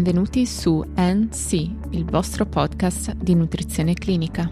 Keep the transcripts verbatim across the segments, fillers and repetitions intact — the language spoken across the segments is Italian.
Benvenuti su N C, il vostro podcast di nutrizione clinica.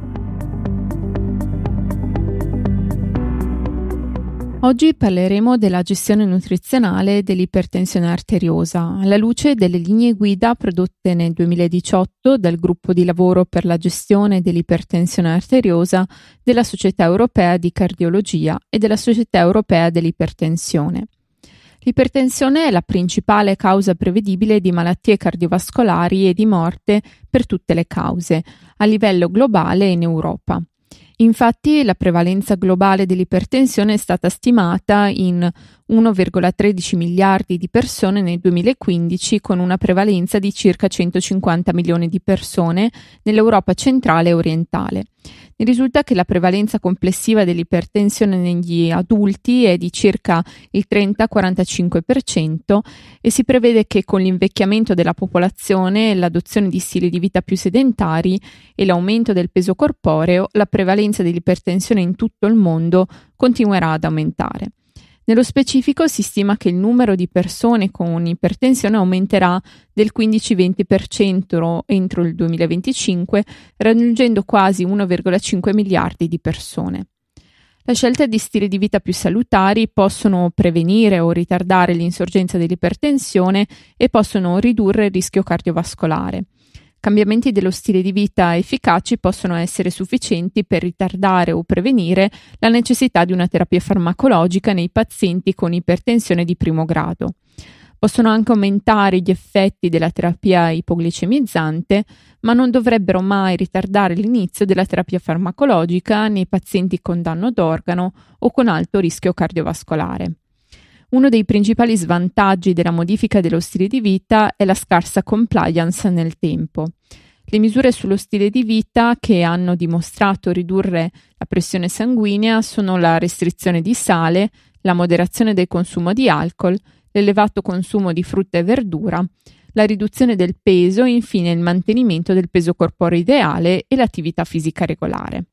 Oggi parleremo della gestione nutrizionale dell'ipertensione arteriosa, alla luce delle linee guida prodotte nel duemiladiciotto dal gruppo di lavoro per la gestione dell'ipertensione arteriosa della Società Europea di Cardiologia e della Società Europea dell'Ipertensione. L'ipertensione è la principale causa prevedibile di malattie cardiovascolari e di morte per tutte le cause, a livello globale e in Europa. Infatti, la prevalenza globale dell'ipertensione è stata stimata in uno virgola tredici miliardi di persone nel duemilaquindici, con una prevalenza di circa centocinquanta milioni di persone nell'Europa centrale e orientale. Ne risulta che la prevalenza complessiva dell'ipertensione negli adulti è di circa il trenta quarantacinque per cento e si prevede che con l'invecchiamento della popolazione, l'adozione di stili di vita più sedentari e l'aumento del peso corporeo, la prevalenza dell'ipertensione in tutto il mondo continuerà ad aumentare. Nello specifico si stima che il numero di persone con ipertensione aumenterà del quindici-venti per cento entro il duemilaventicinque, raggiungendo quasi uno virgola cinque miliardi di persone. La scelta di stili di vita più salutari possono prevenire o ritardare l'insorgenza dell'ipertensione e possono ridurre il rischio cardiovascolare. Cambiamenti dello stile di vita efficaci possono essere sufficienti per ritardare o prevenire la necessità di una terapia farmacologica nei pazienti con ipertensione di primo grado. Possono anche aumentare gli effetti della terapia ipoglicemizzante, ma non dovrebbero mai ritardare l'inizio della terapia farmacologica nei pazienti con danno d'organo o con alto rischio cardiovascolare. Uno dei principali svantaggi della modifica dello stile di vita è la scarsa compliance nel tempo. Le misure sullo stile di vita che hanno dimostrato ridurre la pressione sanguigna sono la restrizione di sale, la moderazione del consumo di alcol, l'elevato consumo di frutta e verdura, la riduzione del peso e infine il mantenimento del peso corporeo ideale e l'attività fisica regolare.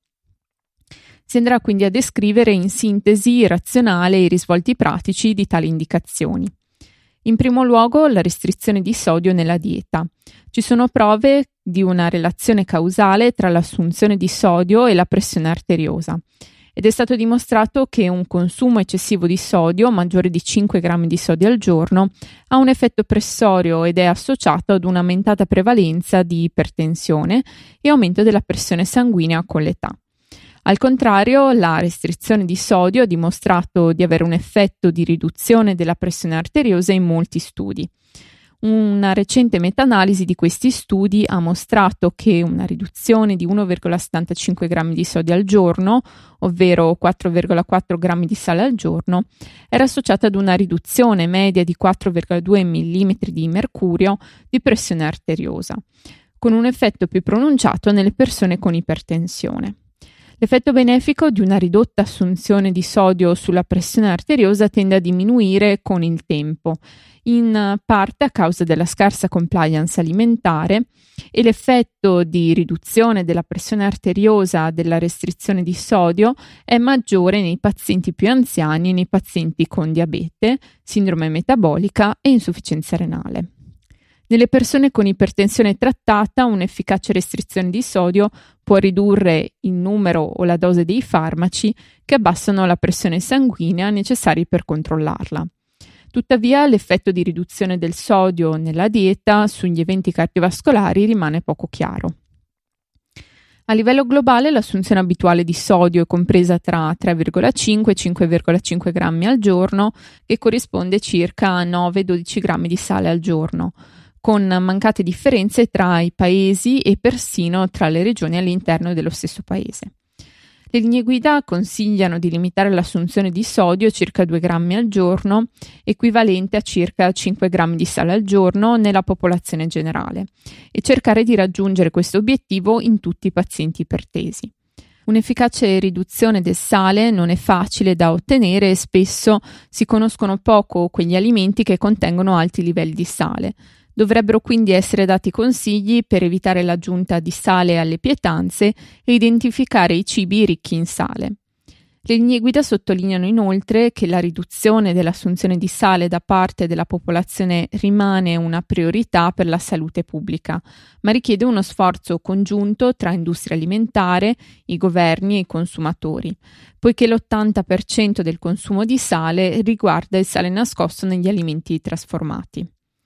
Si andrà quindi a descrivere in sintesi razionale i risvolti pratici di tali indicazioni. In primo luogo, la restrizione di sodio nella dieta. Ci sono prove di una relazione causale tra l'assunzione di sodio e la pressione arteriosa ed è stato dimostrato che un consumo eccessivo di sodio, maggiore di cinque grammi di sodio al giorno, ha un effetto pressorio ed è associato ad un'aumentata prevalenza di ipertensione e aumento della pressione sanguigna con l'età. Al contrario, la restrizione di sodio ha dimostrato di avere un effetto di riduzione della pressione arteriosa in molti studi. Una recente meta-analisi di questi studi ha mostrato che una riduzione di uno virgola settantacinque grammi di sodio al giorno, ovvero quattro virgola quattro grammi di sale al giorno, era associata ad una riduzione media di quattro virgola due millimetri di mercurio di pressione arteriosa, con un effetto più pronunciato nelle persone con ipertensione. L'effetto benefico di una ridotta assunzione di sodio sulla pressione arteriosa tende a diminuire con il tempo, in parte a causa della scarsa compliance alimentare, e l'effetto di riduzione della pressione arteriosa della restrizione di sodio è maggiore nei pazienti più anziani e nei pazienti con diabete, sindrome metabolica e insufficienza renale. Nelle persone con ipertensione trattata, un'efficace restrizione di sodio può ridurre il numero o la dose dei farmaci che abbassano la pressione sanguigna necessari per controllarla. Tuttavia, l'effetto di riduzione del sodio nella dieta sugli eventi cardiovascolari rimane poco chiaro. A livello globale, l'assunzione abituale di sodio è compresa tra tre virgola cinque e cinque virgola cinque grammi al giorno, che corrisponde circa a nove dodici grammi di sale al giorno, con mancate differenze tra i paesi e persino tra le regioni all'interno dello stesso paese. Le linee guida consigliano di limitare l'assunzione di sodio a circa due grammi al giorno, equivalente a circa cinque grammi di sale al giorno nella popolazione generale, e cercare di raggiungere questo obiettivo in tutti i pazienti ipertesi. Un'efficace riduzione del sale non è facile da ottenere e spesso si conoscono poco quegli alimenti che contengono alti livelli di sale. Dovrebbero quindi essere dati consigli per evitare l'aggiunta di sale alle pietanze e identificare i cibi ricchi in sale. Le linee guida sottolineano inoltre che la riduzione dell'assunzione di sale da parte della popolazione rimane una priorità per la salute pubblica, ma richiede uno sforzo congiunto tra industria alimentare, i governi e i consumatori, poiché l'ottanta per cento del consumo di sale riguarda il sale nascosto negli alimenti trasformati.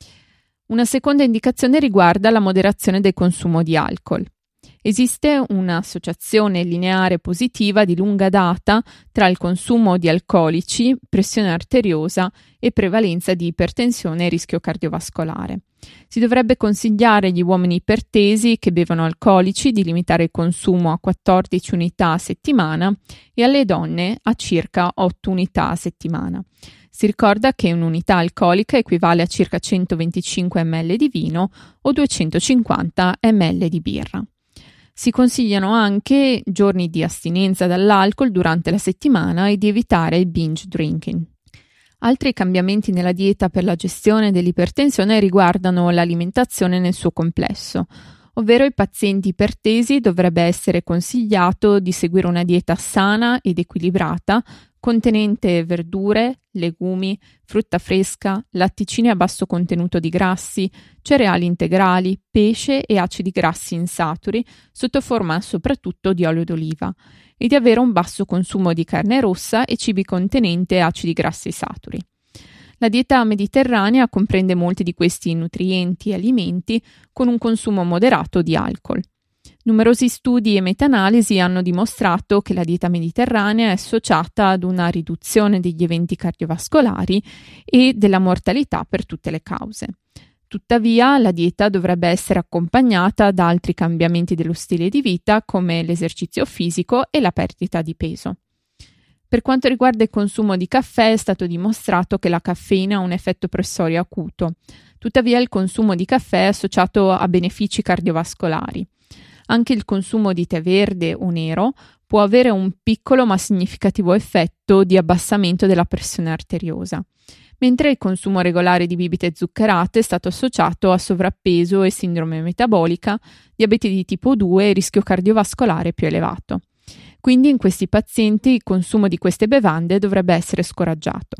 Una seconda indicazione riguarda la moderazione del consumo di alcol. Esiste un'associazione lineare positiva di lunga data tra il consumo di alcolici, pressione arteriosa e prevalenza di ipertensione e rischio cardiovascolare. Si dovrebbe consigliare agli uomini ipertesi che bevono alcolici di limitare il consumo a quattordici unità a settimana e alle donne a circa otto unità a settimana. Si ricorda che un'unità alcolica equivale a circa centoventicinque millilitri di vino o duecentocinquanta millilitri di birra. Si consigliano anche giorni di astinenza dall'alcol durante la settimana e di evitare il binge drinking. Altri cambiamenti nella dieta per la gestione dell'ipertensione riguardano l'alimentazione nel suo complesso, ovvero ai pazienti ipertesi dovrebbe essere consigliato di seguire una dieta sana ed equilibrata contenente verdure, legumi, frutta fresca, latticini a basso contenuto di grassi, cereali integrali, pesce e acidi grassi insaturi sotto forma soprattutto di olio d'oliva e di avere un basso consumo di carne rossa e cibi contenente acidi grassi saturi. La dieta mediterranea comprende molti di questi nutrienti e alimenti con un consumo moderato di alcol. Numerosi studi e meta-analisi hanno dimostrato che la dieta mediterranea è associata ad una riduzione degli eventi cardiovascolari e della mortalità per tutte le cause. Tuttavia, la dieta dovrebbe essere accompagnata da altri cambiamenti dello stile di vita come l'esercizio fisico e la perdita di peso. Per quanto riguarda il consumo di caffè, è stato dimostrato che la caffeina ha un effetto pressorio acuto. Tuttavia, il consumo di caffè è associato a benefici cardiovascolari. Anche il consumo di tè verde o nero può avere un piccolo ma significativo effetto di abbassamento della pressione arteriosa, mentre il consumo regolare di bibite zuccherate è stato associato a sovrappeso e sindrome metabolica, diabete di tipo due e rischio cardiovascolare più elevato. Quindi in questi pazienti il consumo di queste bevande dovrebbe essere scoraggiato.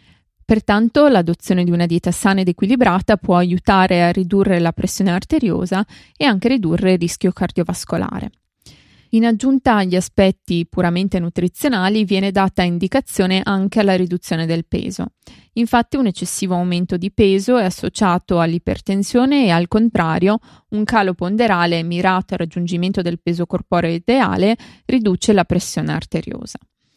Pertanto l'adozione di una dieta sana ed equilibrata può aiutare a ridurre la pressione arteriosa e anche ridurre il rischio cardiovascolare. In aggiunta agli aspetti puramente nutrizionali viene data indicazione anche alla riduzione del peso. Infatti un eccessivo aumento di peso è associato all'ipertensione e al contrario un calo ponderale mirato al raggiungimento del peso corporeo ideale riduce la pressione arteriosa.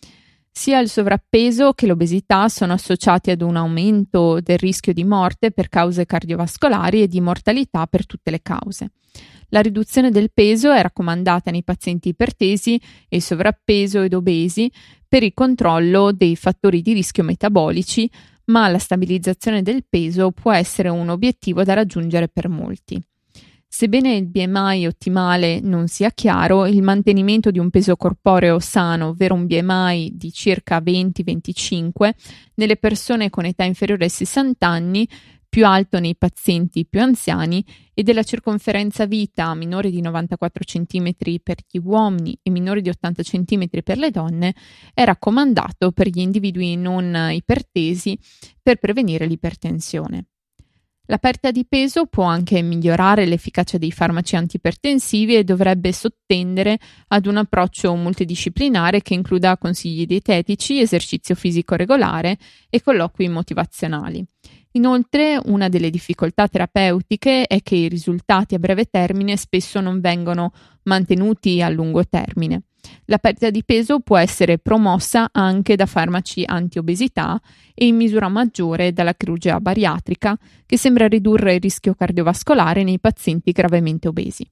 Sia il sovrappeso che l'obesità sono associati ad un aumento del rischio di morte per cause cardiovascolari e di mortalità per tutte le cause. La riduzione del peso è raccomandata nei pazienti ipertesi e sovrappeso ed obesi per il controllo dei fattori di rischio metabolici, ma la stabilizzazione del peso può essere un obiettivo da raggiungere per molti. Sebbene il B M I ottimale non sia chiaro, il mantenimento di un peso corporeo sano, ovvero un B M I di circa venti venticinque, nelle persone con età inferiore ai sessanta anni, più alto nei pazienti più anziani e della circonferenza vita minore di novantaquattro centimetri per gli uomini e minore di ottanta centimetri per le donne, è raccomandato per gli individui non ipertesi per prevenire l'ipertensione. La perdita di peso può anche migliorare l'efficacia dei farmaci antiipertensivi e dovrebbe sottendere ad un approccio multidisciplinare che includa consigli dietetici, esercizio fisico regolare e colloqui motivazionali. Inoltre, una delle difficoltà terapeutiche è che i risultati a breve termine spesso non vengono mantenuti a lungo termine. La perdita di peso può essere promossa anche da farmaci antiobesità e in misura maggiore dalla chirurgia bariatrica, che sembra ridurre il rischio cardiovascolare nei pazienti gravemente obesi.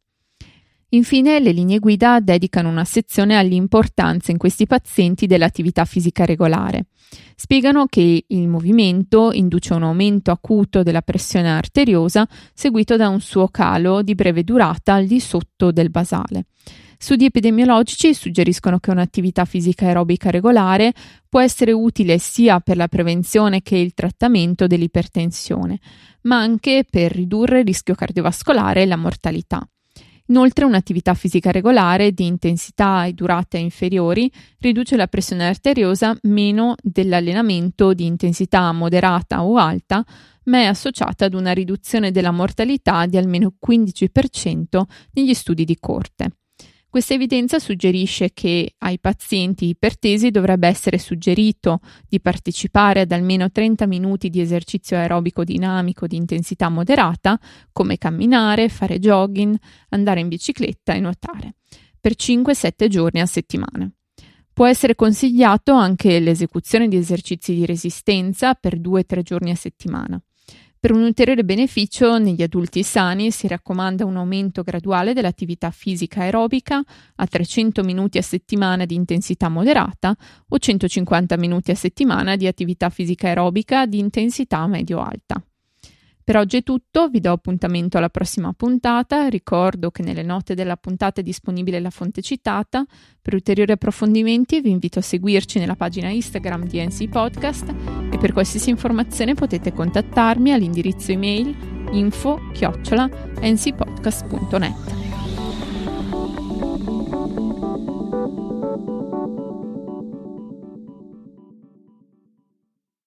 Infine, le linee guida dedicano una sezione all'importanza in questi pazienti dell'attività fisica regolare. Spiegano che il movimento induce un aumento acuto della pressione arteriosa seguito da un suo calo di breve durata al di sotto del basale. Studi epidemiologici suggeriscono che un'attività fisica aerobica regolare può essere utile sia per la prevenzione che il trattamento dell'ipertensione, ma anche per ridurre il rischio cardiovascolare e la mortalità. Inoltre un'attività fisica regolare di intensità e durata inferiori riduce la pressione arteriosa meno dell'allenamento di intensità moderata o alta, ma è associata ad una riduzione della mortalità di almeno quindici per cento negli studi di corte. Questa evidenza suggerisce che ai pazienti ipertesi dovrebbe essere suggerito di partecipare ad almeno trenta minuti di esercizio aerobico dinamico di intensità moderata, come camminare, fare jogging, andare in bicicletta e nuotare, per cinque sette giorni a settimana. Può essere consigliato anche l'esecuzione di esercizi di resistenza per due tre giorni a settimana. Per un ulteriore beneficio, negli adulti sani si raccomanda un aumento graduale dell'attività fisica aerobica a trecento minuti a settimana di intensità moderata o centocinquanta minuti a settimana di attività fisica aerobica di intensità medio-alta. Per oggi è tutto, vi do appuntamento alla prossima puntata. Ricordo che nelle note della puntata è disponibile la fonte citata. Per ulteriori approfondimenti vi invito a seguirci nella pagina Instagram di N C Podcast e per qualsiasi informazione potete contattarmi all'indirizzo email info chiocciola n c podcast punto net.